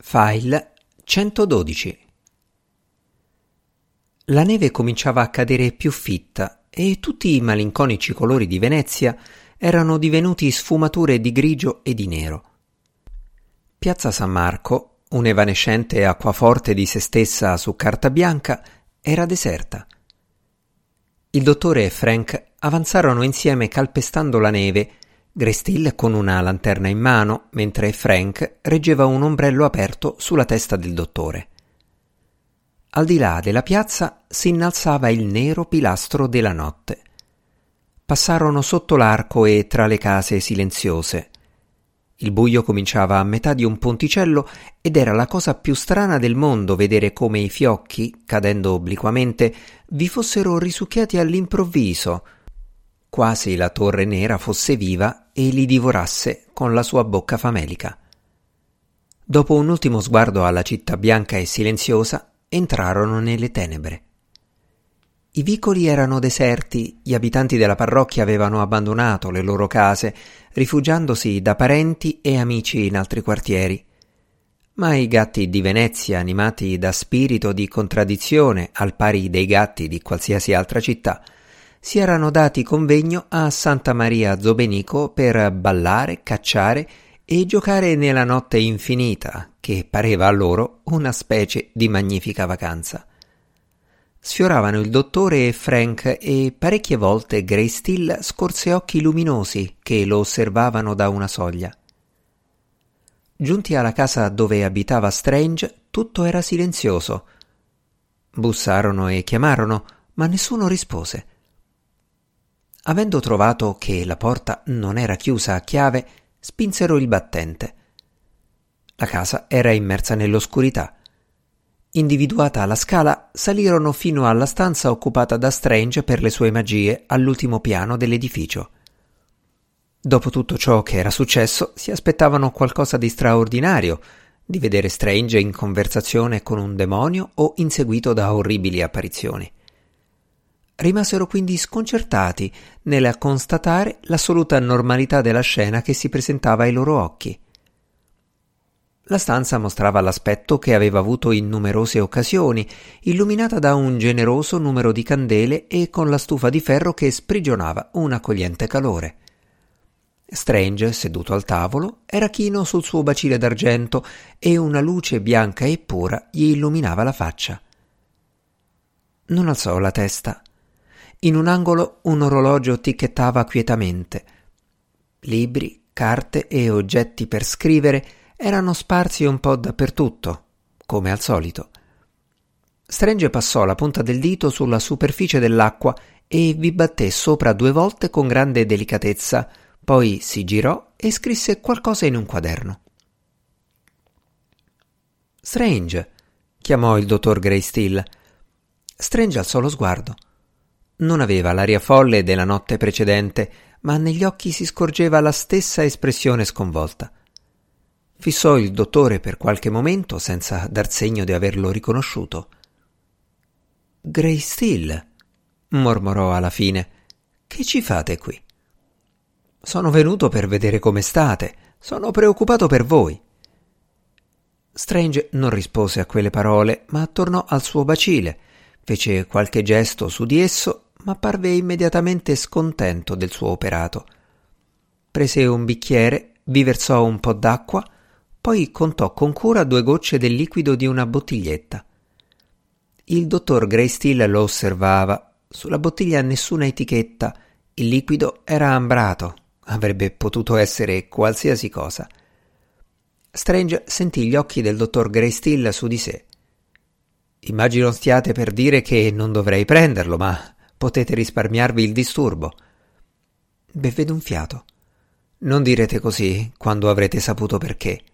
File 112. La neve cominciava a cadere più fitta e tutti i malinconici colori di Venezia erano divenuti sfumature di grigio e di nero. Piazza San Marco, un'evanescente acquaforte di se stessa su carta bianca, era deserta. Il dottore e Frank avanzarono insieme calpestando la neve, Graystill con una lanterna in mano, mentre Frank reggeva un ombrello aperto sulla testa del dottore. Al di là della piazza si innalzava il nero pilastro della notte. Passarono sotto l'arco e tra le case silenziose. Il buio cominciava a metà di un ponticello ed era la cosa più strana del mondo vedere come i fiocchi, cadendo obliquamente, vi fossero risucchiati all'improvviso, quasi la torre nera fosse viva e li divorasse con la sua bocca famelica. Dopo un ultimo sguardo alla città bianca e silenziosa, entrarono nelle tenebre. I vicoli erano deserti, gli abitanti della parrocchia avevano abbandonato le loro case, rifugiandosi da parenti e amici in altri quartieri. Ma i gatti di Venezia, animati da spirito di contraddizione al pari dei gatti di qualsiasi altra città, si erano dati convegno a Santa Maria Zobenico per ballare, cacciare e giocare nella notte infinita, che pareva a loro una specie di magnifica vacanza. Sfioravano il dottore e Frank e parecchie volte Graystill scorse occhi luminosi che lo osservavano da una soglia. Giunti alla casa dove abitava Strange, tutto era silenzioso. Bussarono e chiamarono, ma nessuno rispose. Avendo trovato che la porta non era chiusa a chiave, spinsero il battente. La casa era immersa nell'oscurità. Individuata la scala, salirono fino alla stanza occupata da Strange per le sue magie all'ultimo piano dell'edificio. Dopo tutto ciò che era successo, si aspettavano qualcosa di straordinario, di vedere Strange in conversazione con un demonio o inseguito da orribili apparizioni. Rimasero quindi sconcertati nel constatare l'assoluta normalità della scena che si presentava ai loro occhi. La stanza mostrava l'aspetto che aveva avuto in numerose occasioni, illuminata da un generoso numero di candele e con la stufa di ferro che sprigionava un accogliente calore. Strange, seduto al tavolo, era chino sul suo bacile d'argento e una luce bianca e pura gli illuminava la faccia. Non alzò la testa. In un angolo un orologio ticchettava quietamente. Libri, carte e oggetti per scrivere erano sparsi un po' dappertutto, come al solito. Strange passò la punta del dito sulla superficie dell'acqua e vi batté sopra 2 volte con grande delicatezza, poi si girò e scrisse qualcosa in un quaderno. «Strange», chiamò il dottor Graystill. Strange alzò lo sguardo. Non aveva l'aria folle della notte precedente, ma negli occhi si scorgeva la stessa espressione sconvolta. Fissò il dottore per qualche momento senza dar segno di averlo riconosciuto. «Graystill», mormorò alla fine, «che ci fate qui?» «Sono venuto per vedere come state. Sono preoccupato per voi». Strange non rispose a quelle parole, ma tornò al suo bacile, fece qualche gesto su di esso, ma parve immediatamente scontento del suo operato. Prese un bicchiere, vi versò un po' d'acqua, poi contò con cura 2 gocce del liquido di una bottiglietta. Il dottor Graystill lo osservava. Sulla bottiglia nessuna etichetta. Il liquido era ambrato. Avrebbe potuto essere qualsiasi cosa. Strange sentì gli occhi del dottor Graystill su di sé. «Immagino stiate per dire che non dovrei prenderlo, ma potete risparmiarvi il disturbo». Bevve d'un fiato. «Non direte così quando avrete saputo perché».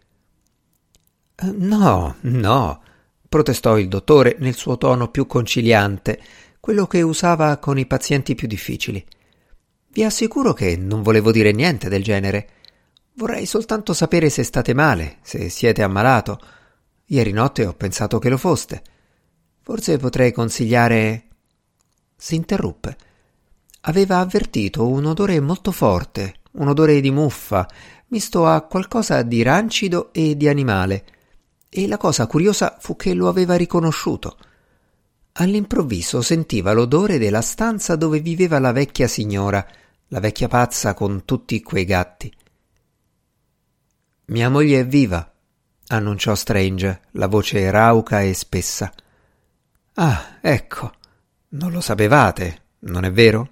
«No, protestò il dottore nel suo tono più conciliante, quello che usava con i pazienti più difficili. «Vi assicuro che non volevo dire niente del genere. Vorrei soltanto sapere se state male, se siete ammalato. Ieri notte ho pensato che lo foste. Forse potrei consigliare...» Si interruppe. Aveva avvertito un odore molto forte, un odore di muffa, misto a qualcosa di rancido e di animale. E la cosa curiosa fu che lo aveva riconosciuto. All'improvviso sentiva l'odore della stanza dove viveva la vecchia signora, la vecchia pazza con tutti quei gatti. «Mia moglie è viva», annunciò Strange, la voce rauca e spessa. «Ah, ecco, non lo sapevate, non è vero?»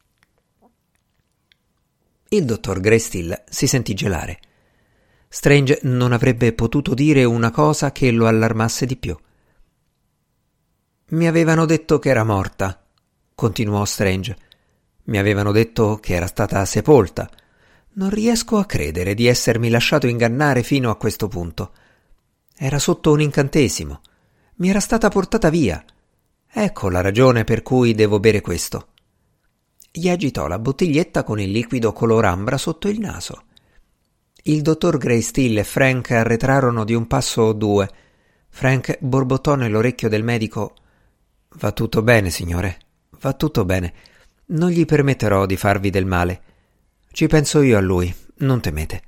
Il dottor Greystill si sentì gelare. Strange non avrebbe potuto dire una cosa che lo allarmasse di più. «Mi avevano detto che era morta», continuò Strange. «Mi avevano detto che era stata sepolta. Non riesco a credere di essermi lasciato ingannare fino a questo punto. Era sotto un incantesimo. Mi era stata portata via. Ecco la ragione per cui devo bere questo». Gli agitò la bottiglietta con il liquido color ambra sotto il naso. Il dottor Greystill e Frank arretrarono di un passo o due. Frank borbottò nell'orecchio del medico: «Va tutto bene, signore, va tutto bene. Non gli permetterò di farvi del male. Ci penso io a lui, non temete».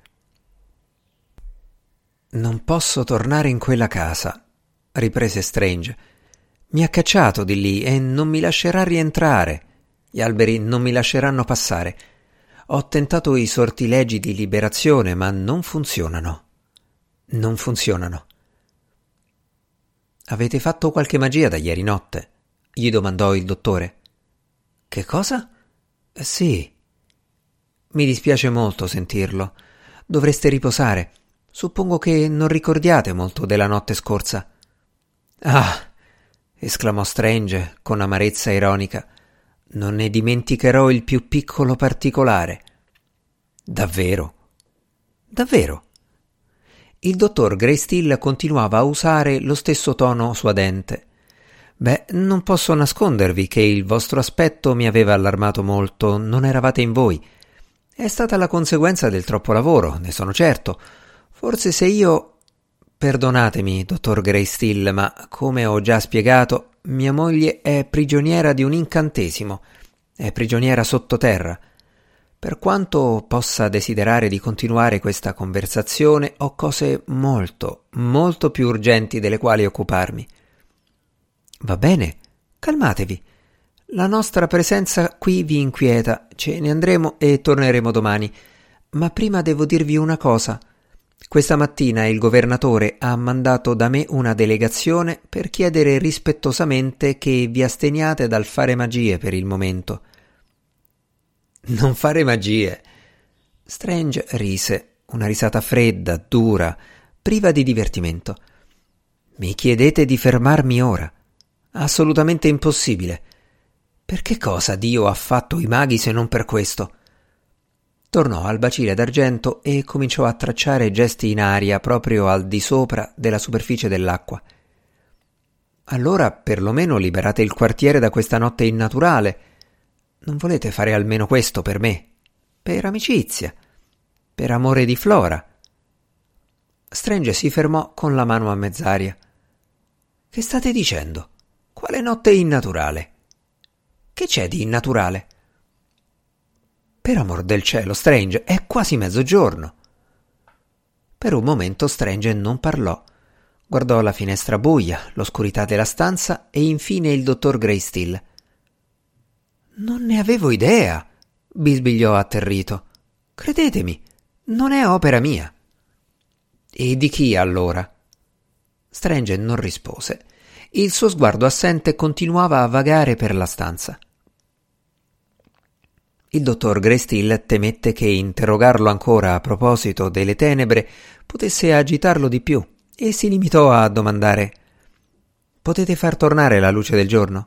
«Non posso tornare in quella casa», riprese Strange. «Mi ha cacciato di lì e non mi lascerà rientrare. Gli alberi non mi lasceranno passare. Ho tentato i sortilegi di liberazione, ma non funzionano. Non funzionano». «Avete fatto qualche magia da ieri notte?» gli domandò il dottore. «Che cosa?» «Sì». «Mi dispiace molto sentirlo. Dovreste riposare. Suppongo che non ricordiate molto della notte scorsa». «Ah!» esclamò Strange con amarezza ironica. «Non ne dimenticherò il più piccolo particolare». «Davvero?» «Davvero?» Il dottor Greystill continuava a usare lo stesso tono suadente. «Beh, non posso nascondervi che il vostro aspetto mi aveva allarmato molto, non eravate in voi. È stata la conseguenza del troppo lavoro, ne sono certo. Forse se io... Perdonatemi, dottor Greystill, ma come ho già spiegato, mia moglie è prigioniera di un incantesimo, è prigioniera sottoterra. Per quanto possa desiderare di continuare questa conversazione, ho cose molto, molto più urgenti delle quali occuparmi». «Va bene, calmatevi. La nostra presenza qui vi inquieta, ce ne andremo e torneremo domani. Ma prima devo dirvi una cosa. Questa mattina il governatore ha mandato da me una delegazione per chiedere rispettosamente che vi asteniate dal fare magie per il momento». «Non fare magie?» Strange rise, una risata fredda, dura, priva di divertimento. «Mi chiedete di fermarmi ora? Assolutamente impossibile. Per che cosa Dio ha fatto i maghi se non per questo?» Tornò al bacile d'argento e cominciò a tracciare gesti in aria proprio al di sopra della superficie dell'acqua. «Allora perlomeno liberate il quartiere da questa notte innaturale. Non volete fare almeno questo per me? Per amicizia? Per amore di Flora?» Strange si fermò con la mano a mezz'aria. «Che state dicendo? Quale notte innaturale? Che c'è di innaturale?» «Per amor del cielo, Strange, è quasi mezzogiorno». Per un momento Strange non parlò. Guardò la finestra buia, l'oscurità della stanza e infine il dottor Greystill. «Non ne avevo idea», bisbigliò atterrito. «Credetemi, non è opera mia». «E di chi allora?» Strange non rispose. Il suo sguardo assente continuava a vagare per la stanza. Il dottor Greystill temette che interrogarlo ancora a proposito delle tenebre potesse agitarlo di più e si limitò a domandare: «Potete far tornare la luce del giorno?»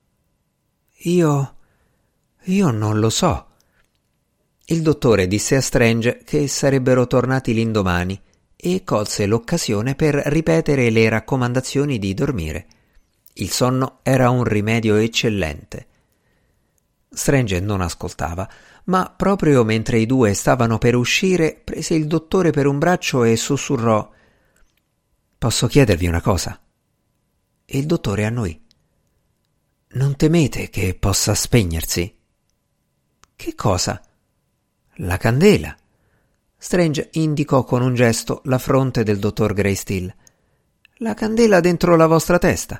Io non lo so». Il dottore disse a Strange che sarebbero tornati l'indomani e colse l'occasione per ripetere le raccomandazioni di dormire. Il sonno era un rimedio eccellente. Strange non ascoltava, ma proprio mentre i due stavano per uscire prese il dottore per un braccio e sussurrò: «Posso chiedervi una cosa?» E il dottore annuì. «Non temete che possa spegnersi?» «Che cosa?» «La candela». Strange indicò con un gesto la fronte del dottor Greystill. La candela dentro la vostra testa.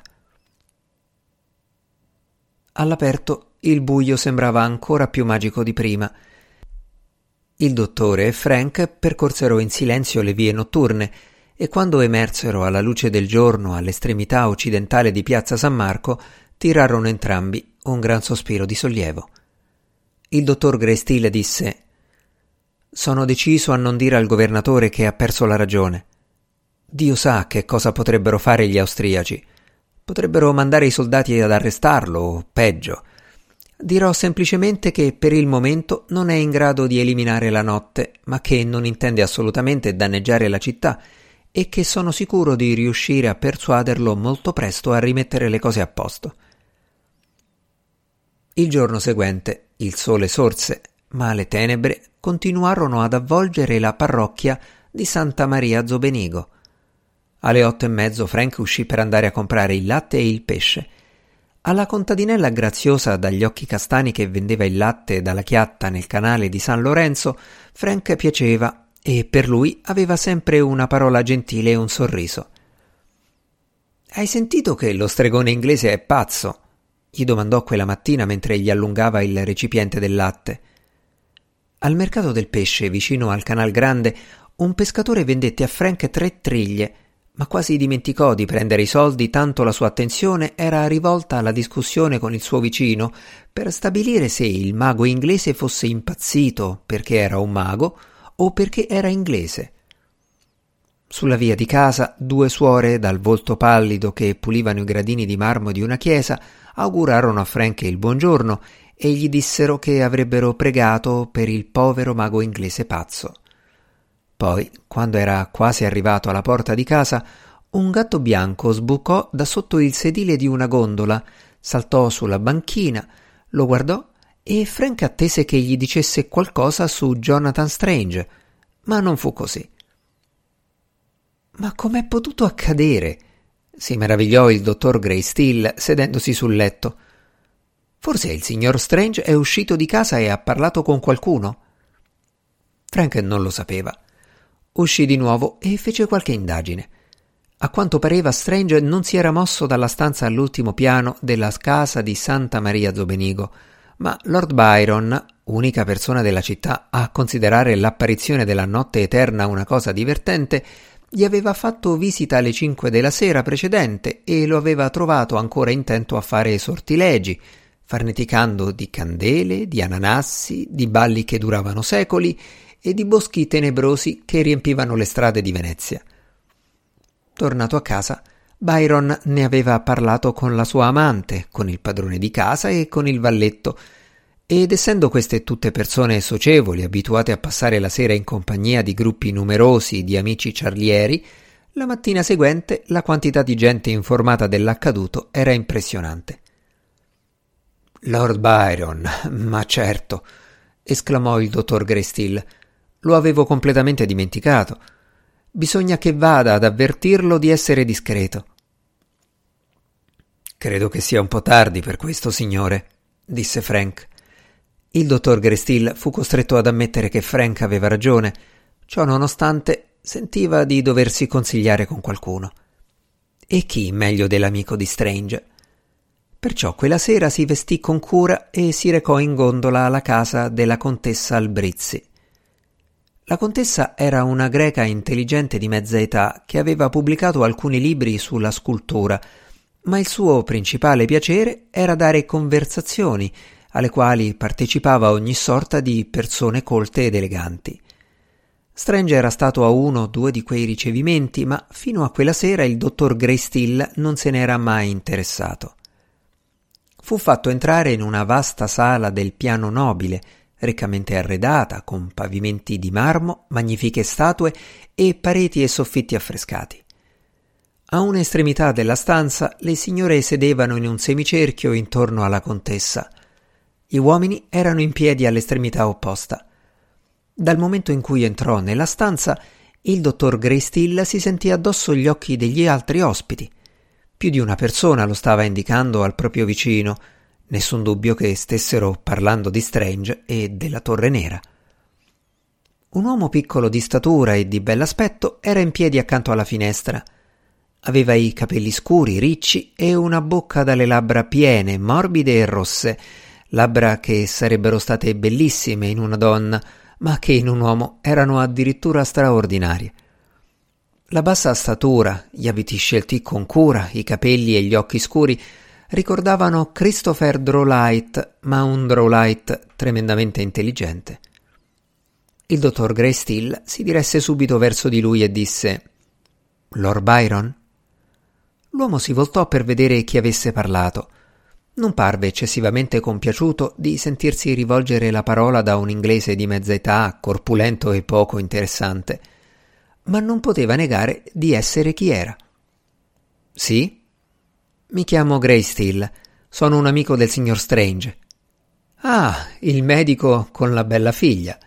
All'aperto il buio sembrava ancora più magico di prima. Il dottore e Frank percorsero in silenzio le vie notturne e quando emersero alla luce del giorno all'estremità occidentale di piazza San Marco tirarono entrambi un gran sospiro di sollievo. Il dottor Graystill disse: «Sono deciso a non dire al governatore che ha perso la ragione. Dio sa che cosa potrebbero fare gli austriaci. Potrebbero mandare i soldati ad arrestarlo o peggio. Dirò semplicemente che per il momento non è in grado di eliminare la notte, ma che non intende assolutamente danneggiare la città e che sono sicuro di riuscire a persuaderlo molto presto a rimettere le cose a posto». Il giorno seguente il sole sorse, ma le tenebre continuarono ad avvolgere la parrocchia di Santa Maria Zobenigo. Alle 8:30 Frank uscì per andare a comprare il latte e il pesce. Alla contadinella graziosa dagli occhi castani che vendeva il latte dalla chiatta nel canale di San Lorenzo, Frank piaceva e per lui aveva sempre una parola gentile e un sorriso. «Hai sentito che lo stregone inglese è pazzo?» gli domandò quella mattina mentre gli allungava il recipiente del latte. Al mercato del pesce, vicino al Canal Grande, un pescatore vendette a Frank 3 triglie, ma quasi dimenticò di prendere i soldi, tanto la sua attenzione era rivolta alla discussione con il suo vicino per stabilire se il mago inglese fosse impazzito perché era un mago o perché era inglese. Sulla via di casa 2 suore dal volto pallido che pulivano i gradini di marmo di una chiesa augurarono a Frank il buongiorno e gli dissero che avrebbero pregato per il povero mago inglese pazzo. Poi, quando era quasi arrivato alla porta di casa, un gatto bianco sbucò da sotto il sedile di una gondola, saltò sulla banchina, lo guardò e Frank attese che gli dicesse qualcosa su Jonathan Strange, ma non fu così. «Ma com'è potuto accadere?» si meravigliò il dottor Graystill sedendosi sul letto. «Forse il signor Strange è uscito di casa e ha parlato con qualcuno?» Frank non lo sapeva. Uscì di nuovo e fece qualche indagine. A quanto pareva Strange non si era mosso dalla stanza all'ultimo piano della casa di Santa Maria Zobenigo, ma Lord Byron, unica persona della città a considerare l'apparizione della notte eterna una cosa divertente, gli aveva fatto visita alle 5 della sera precedente e lo aveva trovato ancora intento a fare sortilegi, farneticando di candele, di ananassi, di balli che duravano secoli e di boschi tenebrosi che riempivano le strade di Venezia. Tornato a casa, Byron ne aveva parlato con la sua amante, con il padrone di casa e con il valletto, ed essendo queste tutte persone socievoli, abituate a passare la sera in compagnia di gruppi numerosi di amici ciarlieri, la mattina seguente la quantità di gente informata dell'accaduto era impressionante. «Lord Byron, ma certo!» esclamò il dottor Graystill. «Lo avevo completamente dimenticato. Bisogna che vada ad avvertirlo di essere discreto». «Credo che sia un po' tardi per questo, signore», disse Frank. Il dottor Graystill fu costretto ad ammettere che Frank aveva ragione. Ciò nonostante sentiva di doversi consigliare con qualcuno. E chi meglio dell'amico di Strange? Perciò quella sera si vestì con cura e si recò in gondola alla casa della contessa Albrizzi. La contessa era una greca intelligente di mezza età che aveva pubblicato alcuni libri sulla scultura, ma il suo principale piacere era dare conversazioni alle quali partecipava ogni sorta di persone colte ed eleganti. Strange era stato a 1 o 2 di quei ricevimenti, ma fino a quella sera il dottor Graystill non se n'era mai interessato. Fu fatto entrare in una vasta sala del piano nobile, riccamente arredata, con pavimenti di marmo, magnifiche statue e pareti e soffitti affrescati. A un'estremità della stanza le signore sedevano in un semicerchio intorno alla contessa. Gli uomini erano in piedi all'estremità opposta. Dal momento in cui entrò nella stanza, il dottor Graystill si sentì addosso gli occhi degli altri ospiti. Più di una persona lo stava indicando al proprio vicino, nessun dubbio che stessero parlando di Strange e della Torre Nera. Un uomo piccolo di statura e di bell'aspetto era in piedi accanto alla finestra. Aveva i capelli scuri, ricci e una bocca dalle labbra piene, morbide e rosse, labbra che sarebbero state bellissime in una donna, ma che in un uomo erano addirittura straordinarie. La bassa statura, gli abiti scelti con cura, i capelli e gli occhi scuri ricordavano Christopher Drolight, ma un Drolight tremendamente intelligente. Il dottor Greystill si diresse subito verso di lui e disse: «Lord Byron?» L'uomo si voltò per vedere chi avesse parlato. Non parve eccessivamente compiaciuto di sentirsi rivolgere la parola da un inglese di mezza età, corpulento e poco interessante, ma non poteva negare di essere chi era. «Sì? Mi chiamo Greystill, sono un amico del signor Strange». «Ah, il medico con la bella figlia».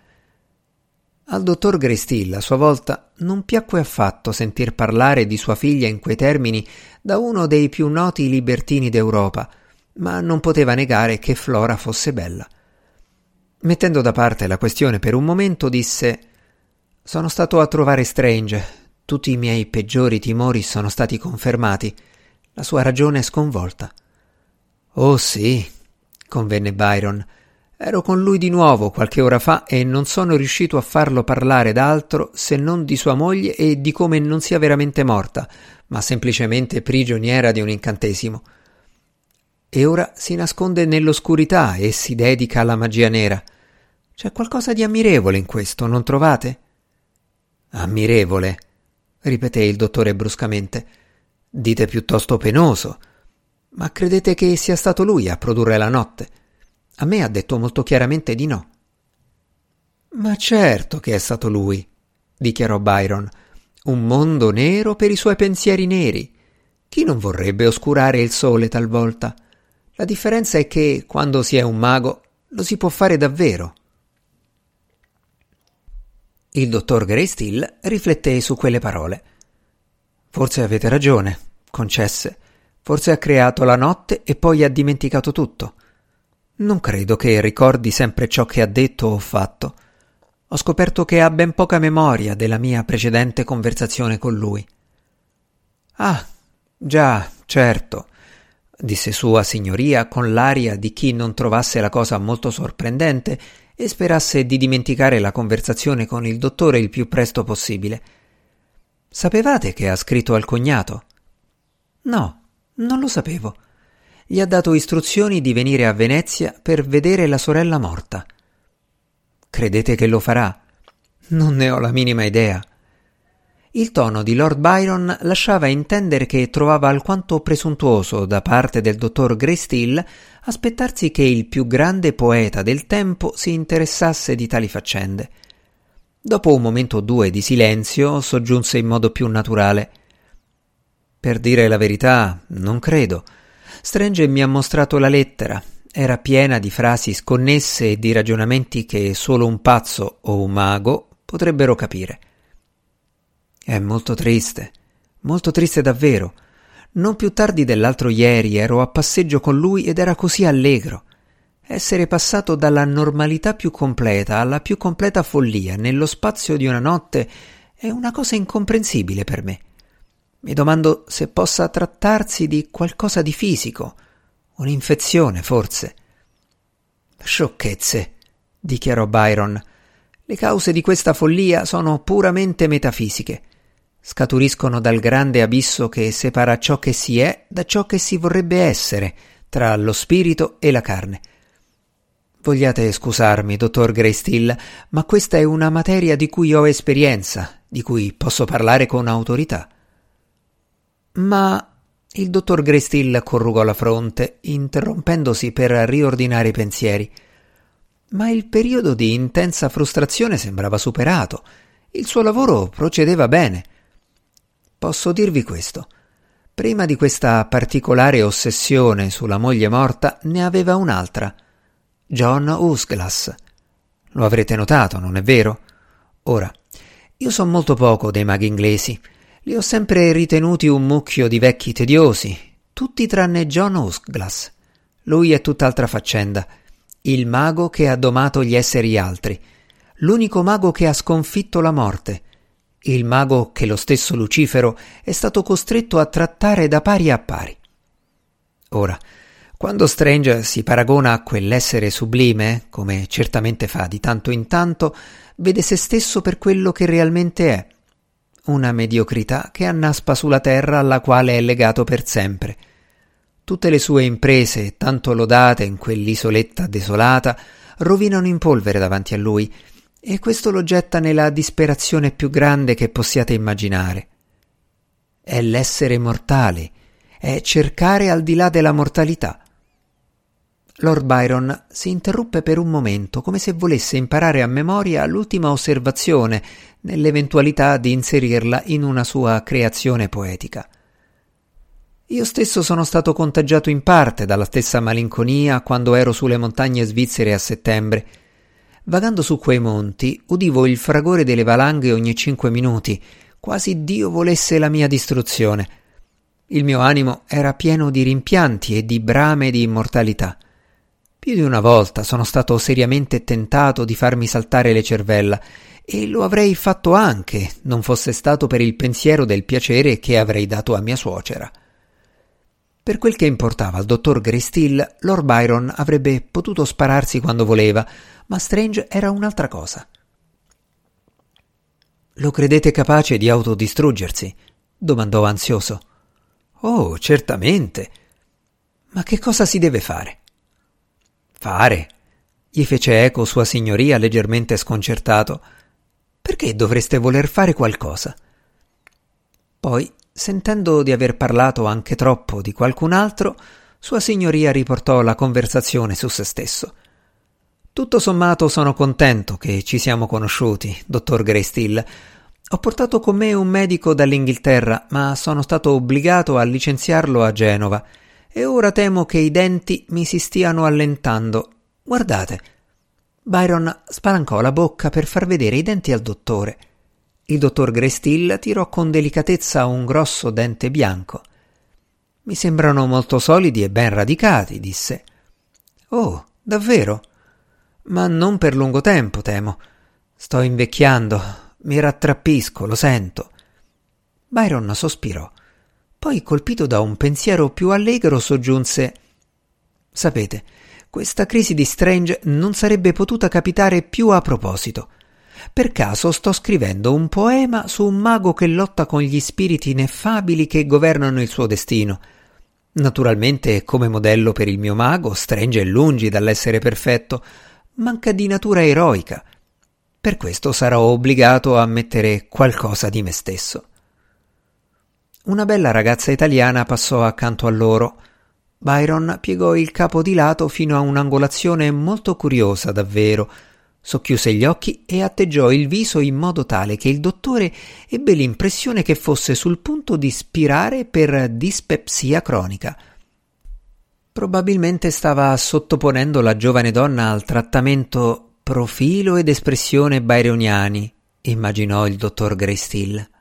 Al dottor Greystill, a sua volta, non piacque affatto sentir parlare di sua figlia in quei termini da uno dei più noti libertini d'Europa, ma non poteva negare che Flora fosse bella. Mettendo da parte la questione per un momento, disse: «Sono stato a trovare Strange. Tutti i miei peggiori timori sono stati confermati. La sua ragione è sconvolta». «Oh sì», convenne Byron. «Ero con lui di nuovo qualche ora fa e non sono riuscito a farlo parlare d'altro se non di sua moglie e di come non sia veramente morta, ma semplicemente prigioniera di un incantesimo. E ora si nasconde nell'oscurità e si dedica alla magia nera. C'è qualcosa di ammirevole in questo, non trovate?» «Ammirevole», ripeté il dottore bruscamente. «Dite piuttosto penoso. Ma credete che sia stato lui a produrre la notte? A me ha detto molto chiaramente di no». «Ma certo che è stato lui», dichiarò Byron. «Un mondo nero per i suoi pensieri neri. Chi non vorrebbe oscurare il sole talvolta? La differenza è che, quando si è un mago, lo si può fare davvero». Il dottor Greystill rifletté su quelle parole. «Forse avete ragione», concesse. «Forse ha creato la notte e poi ha dimenticato tutto. Non credo che ricordi sempre ciò che ha detto o fatto. Ho scoperto che ha ben poca memoria della mia precedente conversazione con lui». «Ah, già, certo», disse Sua Signoria con l'aria di chi non trovasse la cosa molto sorprendente e sperasse di dimenticare la conversazione con il dottore il più presto possibile. «Sapevate che ha scritto al cognato?» «No, non lo sapevo. Gli ha dato istruzioni di venire a Venezia per vedere la sorella morta». «Credete che lo farà?» «Non ne ho la minima idea». Il tono di Lord Byron lasciava intendere che trovava alquanto presuntuoso da parte del dottor Greystill aspettarsi che il più grande poeta del tempo si interessasse di tali faccende. Dopo un momento o due di silenzio, soggiunse in modo più naturale: «Per dire la verità, non credo. Strange mi ha mostrato la lettera. Era piena di frasi sconnesse e di ragionamenti che solo un pazzo o un mago potrebbero capire». «È molto triste davvero. Non più tardi dell'altro ieri ero a passeggio con lui ed era così allegro. Essere passato dalla normalità più completa alla più completa follia nello spazio di una notte è una cosa incomprensibile per me. Mi domando se possa trattarsi di qualcosa di fisico, un'infezione forse». «Sciocchezze», dichiarò Byron. «Le cause di questa follia sono puramente metafisiche. Scaturiscono dal grande abisso che separa ciò che si è da ciò che si vorrebbe essere, tra lo spirito e la carne. Vogliate scusarmi, dottor Greystill, ma questa è una materia di cui ho esperienza, di cui posso parlare con autorità». «Ma…» il dottor Greystill corrugò la fronte, interrompendosi per riordinare i pensieri. «Ma il periodo di intensa frustrazione sembrava superato. Il suo lavoro procedeva bene. Posso dirvi questo. Prima di questa particolare ossessione sulla moglie morta ne aveva un'altra. John Usglass. Lo avrete notato, non è vero? Ora, io so molto poco dei maghi inglesi. Li ho sempre ritenuti un mucchio di vecchi tediosi, tutti tranne John Usglass. Lui è tutt'altra faccenda. Il mago che ha domato gli esseri altri. L'unico mago che ha sconfitto la morte. il mago che lo stesso Lucifero è stato costretto a trattare da pari a pari. Ora, quando Strange si paragona a quell'essere sublime, come certamente fa di tanto in tanto, vede se stesso per quello che realmente è, una mediocrità che annaspa sulla terra alla quale è legato per sempre. Tutte le sue imprese, tanto lodate in quell'isoletta desolata, rovinano in polvere davanti a lui, e questo lo getta nella disperazione più grande che possiate immaginare. È l'essere mortale, è cercare al di là della mortalità. Lord Byron si interruppe per un momento, come se volesse imparare a memoria l'ultima osservazione, nell'eventualità di inserirla in una sua creazione poetica. Io stesso sono stato contagiato in parte dalla stessa malinconia quando ero sulle montagne svizzere a settembre. Vagando su quei monti, udivo il fragore delle valanghe ogni 5 minuti, quasi Dio volesse la mia distruzione. Il mio animo era pieno di rimpianti e di brame di immortalità. Più di una volta sono stato seriamente tentato di farmi saltare le cervella, e lo avrei fatto anche, non fosse stato per il pensiero del piacere che avrei dato a mia suocera. Per quel che importava al dottor Greystill, Lord Byron avrebbe potuto spararsi quando voleva, ma Strange era un'altra cosa. «Lo credete capace di autodistruggersi?» domandò ansioso. «Oh, certamente. Ma che cosa si deve fare?» «Fare?» gli fece eco Sua Signoria leggermente sconcertato. «Perché dovreste voler fare qualcosa?» Poi, sentendo di aver parlato anche troppo di qualcun altro, Sua Signoria riportò la conversazione su se stesso. «Tutto sommato sono contento che ci siamo conosciuti, dottor Greystill. Ho portato con me un medico dall'Inghilterra, ma sono stato obbligato a licenziarlo a Genova, e ora temo che i denti mi si stiano allentando. Guardate». Byron spalancò la bocca per far vedere i denti al dottore. Il dottor Greystill tirò con delicatezza un grosso dente bianco. «Mi sembrano molto solidi e ben radicati», disse. «Oh, davvero? Ma non per lungo tempo, temo. Sto invecchiando, mi rattrappisco, lo sento». Byron sospirò. Poi, colpito da un pensiero più allegro, soggiunse: «Sapete, questa crisi di Strange non sarebbe potuta capitare più a proposito. Per caso sto scrivendo un poema su un mago che lotta con gli spiriti ineffabili che governano il suo destino. Naturalmente, come modello per il mio mago, Strange è lungi dall'essere perfetto, manca di natura eroica. Per questo sarò obbligato a mettere qualcosa di me stesso». Una bella ragazza italiana passò accanto a loro. Byron piegò il capo di lato fino a un'angolazione molto curiosa davvero, socchiuse gli occhi e atteggiò il viso in modo tale che il dottore ebbe l'impressione che fosse sul punto di spirare per dispepsia cronica. Probabilmente stava sottoponendo la giovane donna al trattamento profilo ed espressione byroniani, immaginò il dottor Greystill.